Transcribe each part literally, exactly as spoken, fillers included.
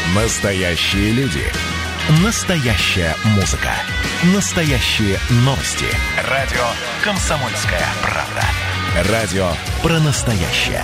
Настоящие люди. Настоящая музыка. Настоящие новости. Радио «Комсомольская правда». Радио про настоящее.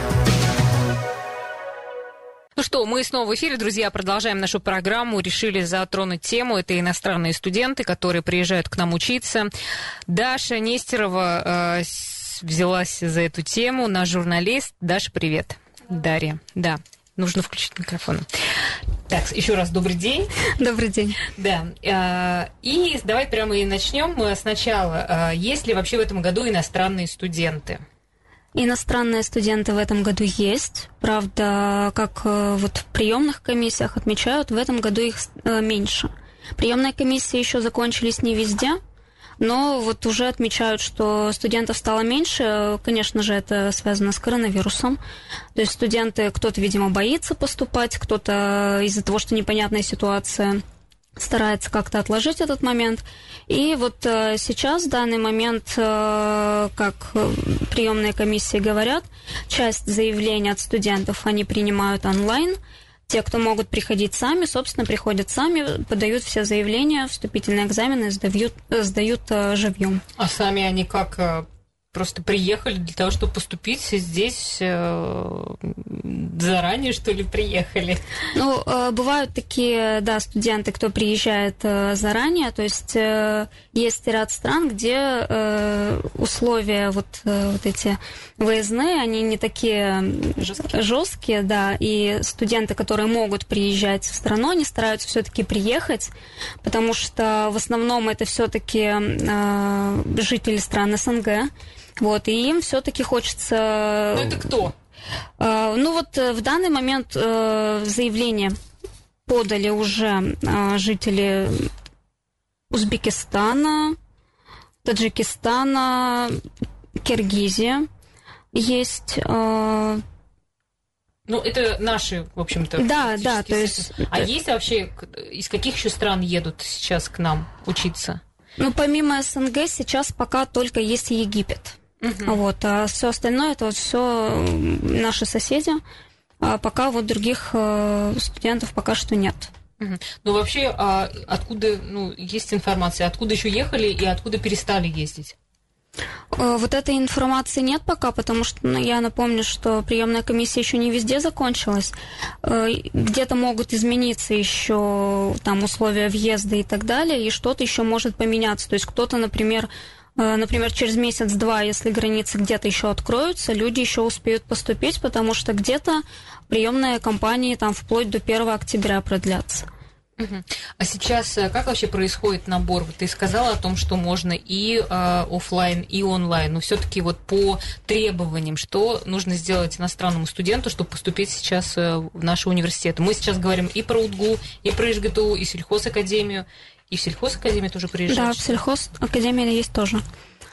Ну что, мы снова в эфире, друзья, продолжаем нашу программу. Решили затронуть тему. Это иностранные студенты, которые приезжают к нам учиться. Даша Нестерова э, взялась за эту тему, наш журналист. Даша, привет. Дарья, да, нужно включить микрофон. Так, еще раз добрый день. Добрый день. Да, э, и давай прямо и начнем сначала. Э, есть ли вообще в этом году иностранные студенты? Иностранные студенты в этом году есть. Правда, как вот в приемных комиссиях отмечают, в этом году их меньше. Приемные комиссии еще закончились не везде, но вот уже отмечают, что студентов стало меньше. Конечно же, это связано с коронавирусом. То есть студенты, кто-то, видимо, боится поступать, кто-то из-за того, что непонятная ситуация, старается как-то отложить этот момент. И вот э, сейчас, в данный момент, э, как приемные комиссии говорят, часть заявлений от студентов они принимают онлайн. Те, кто могут приходить сами, собственно, приходят сами, подают все заявления, вступительные экзамены сдают, сдают э, живьем. А сами они как... Просто приехали для того, чтобы поступить здесь э, заранее, что ли, приехали? Ну, э, бывают такие, да, студенты, кто приезжает э, заранее, то есть э, есть ряд стран, где э, условия вот, э, вот эти выездные, они не такие жесткие. жесткие, да, и студенты, которые могут приезжать в страну, они стараются все-таки приехать, потому что в основном это все-таки э, жители стран СНГ. Вот, и им все-таки хочется... Ну, это кто? Э, ну, вот в данный момент э, заявление подали уже э, жители Узбекистана, Таджикистана, Киргизия есть... Э, Ну, это наши, в общем-то. Да, да, то есть... А есть вообще, из каких еще стран едут сейчас к нам учиться? Ну, помимо СНГ сейчас пока только есть Египет. Uh-huh. Вот, а все остальное это вот все наши соседи. А пока вот других студентов пока что нет. Uh-huh. Ну, вообще, а откуда, ну, есть информация, откуда еще ехали и откуда перестали ездить? Вот этой информации нет пока, потому что, ну, я напомню, что приемная комиссия еще не везде закончилась. Где-то могут измениться еще там условия въезда и так далее, и что-то еще может поменяться. То есть кто-то, например, например, через месяц-два, если границы где-то еще откроются, люди еще успеют поступить, потому что где-то приемные кампании там вплоть до первого октября продлятся. А сейчас как вообще происходит набор? Ты сказала о том, что можно и э, офлайн, и онлайн, но все-таки вот по требованиям, что нужно сделать иностранному студенту, чтобы поступить сейчас в наши университеты? Мы сейчас говорим и про УДГУ, и про ИЖГТУ, и сельхозакадемию, и в сельхозакадемию тоже приезжают. Да, в сельхозакадемии есть тоже.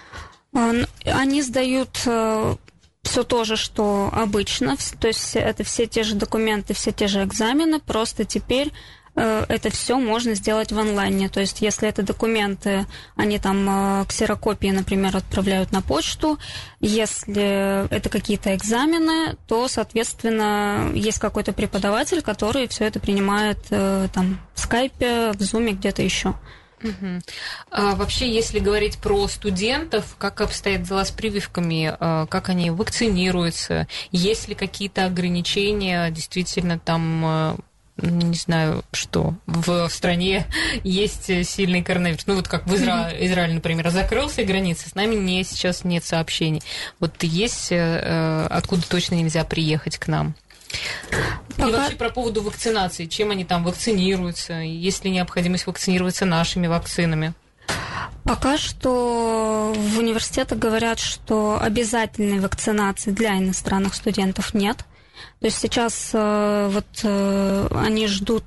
Они сдают все то же, что обычно, то есть это все те же документы, все те же экзамены, просто теперь это все можно сделать в онлайне. То есть, если это документы, они там ксерокопии, например, отправляют на почту. Если это какие-то экзамены, то, соответственно, есть какой-то преподаватель, который все это принимает там в скайпе, в зуме, где-то еще. Угу. А вообще, если говорить про студентов, как обстоят дела с прививками, как они вакцинируются, есть ли какие-то ограничения, действительно там... не знаю, что в стране есть сильный коронавирус. Ну, вот как в Изра... mm-hmm. Израиль, например, закрылся границы, с нами не, сейчас нет сообщений. Вот есть, э, откуда точно нельзя приехать к нам? Пока... И вообще про поводу вакцинации. Чем они там вакцинируются? Есть ли необходимость вакцинироваться нашими вакцинами? Пока что в университетах говорят, что обязательной вакцинации для иностранных студентов нет. То есть сейчас э, вот э, они ждут,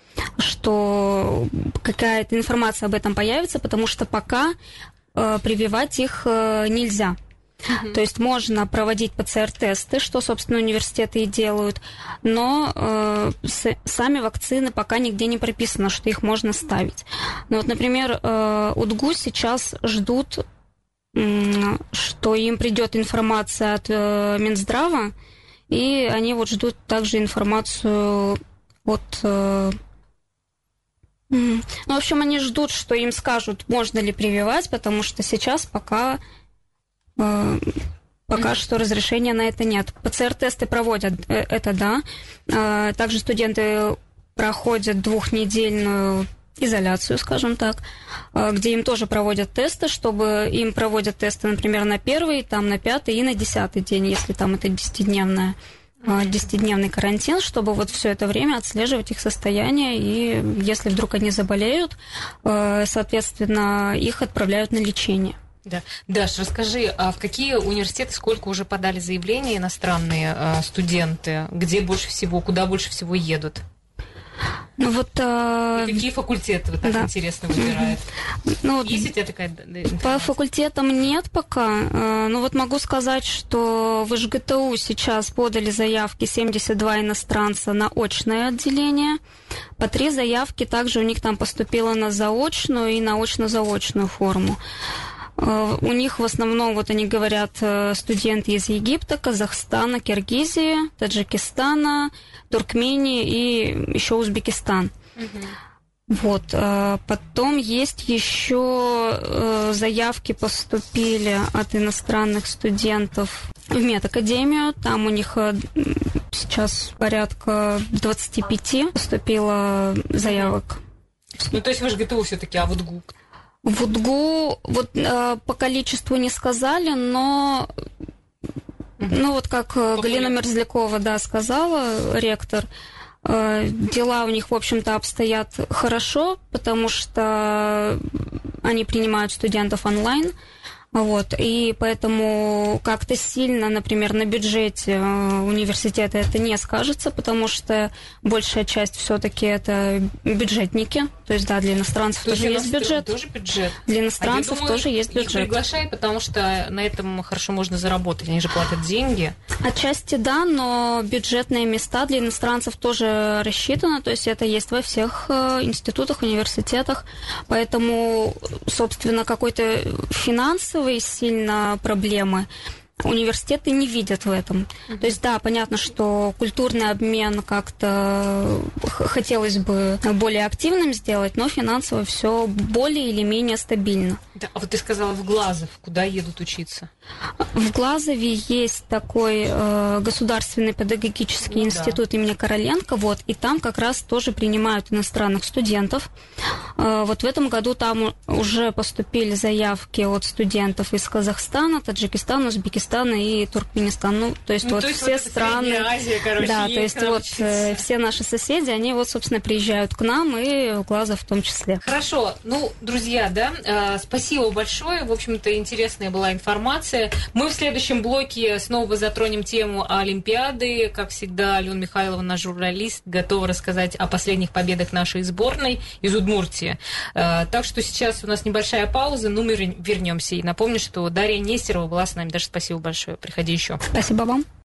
что какая-то информация об этом появится, потому что пока э, прививать их э, нельзя. Uh-huh. То есть можно проводить ПЦР-тесты, что, собственно, университеты и делают, но э, с, сами вакцины пока нигде не прописано, что их можно ставить. Ну вот, например, э, УДГУ сейчас ждут, э, что им придет информация от э, Минздрава, и они вот ждут также информацию Вот... Ну, в общем, они ждут, что им скажут, можно ли прививать, потому что сейчас пока, э, пока что разрешения на это нет. ПЦР-тесты проводят, э, это да. Э, также студенты проходят двухнедельную изоляцию, скажем так, э, где им тоже проводят тесты, чтобы им проводят тесты, например, на первый, там, на пятый и на десятый день, если там это десятидневная. десятидневный карантин, чтобы вот все это время отслеживать их состояние, и если вдруг они заболеют, соответственно, их отправляют на лечение. Да. Даш, расскажи, а в какие университеты сколько уже подали заявления иностранные студенты? Где больше всего, куда больше всего едут? Ну, вот, а... Какие факультеты вот так да. интересно выбирают? Ну, есть у тебя такая информация? По факультетам нет пока. Ну вот могу сказать, что в ИЖГТУ сейчас подали заявки семьдесят два иностранца на очное отделение. По три заявки также у них там поступило на заочную и на очно-заочную форму. У них в основном, вот они говорят, студенты из Египта, Казахстана, Киргизии, Таджикистана, Туркмении и еще Узбекистан. Угу. Вот. Потом есть еще заявки поступили от иностранных студентов в медакадемию. Там у них сейчас порядка двадцать пять поступило заявок. Ну, то есть в ИЖГТУ все-таки, а вот ГУК? В УДГУ вот э, по количеству не сказали, но ну вот как Популярно. Галина Мерзлякова, да, сказала, ректор, э, дела у них, в общем-то, обстоят хорошо, потому что они принимают студентов онлайн. Вот, и поэтому как-то сильно, например, на бюджете университета это не скажется, потому что большая часть все-таки это бюджетники. То есть, да, для иностранцев то тоже есть бюджет. Тоже бюджет. Для иностранцев а думаю, тоже есть бюджет. Их приглашай, потому что на этом хорошо можно заработать. Они же платят деньги. Отчасти да, но бюджетные места для иностранцев тоже рассчитаны. То есть это есть во всех институтах, университетах. Поэтому, собственно, какой-то финансовый сильно проблемы университеты не видят в этом. Mm-hmm. То есть, да, понятно, что культурный обмен как-то хотелось бы более активным сделать, но финансово все более или менее стабильно. Да, а вот ты сказала в Глазов, куда едут учиться? В Глазове есть такой э, государственный педагогический ну, институт да. имени Короленко, вот, и там как раз тоже принимают иностранных студентов. Э, вот в этом году там уже поступили заявки от студентов из Казахстана, Таджикистана, Узбекистана и Туркменистана. Ну, то есть ну, вот то есть все вот страны... Азия, короче, да, то есть вот э, все наши соседи, они вот, собственно, приезжают к нам, и в Глазов в том числе. Хорошо. Ну, друзья, да, э, спасибо большое. В общем-то, интересная была информация. Мы в следующем блоке снова затронем тему Олимпиады. Как всегда, Алена Михайлова, наш журналист, готова рассказать о последних победах нашей сборной из Удмуртии. Так что сейчас у нас небольшая пауза, но мы вернемся. И напомню, что Дарья Нестерова была с нами. Даже спасибо большое. Приходи еще. Спасибо вам.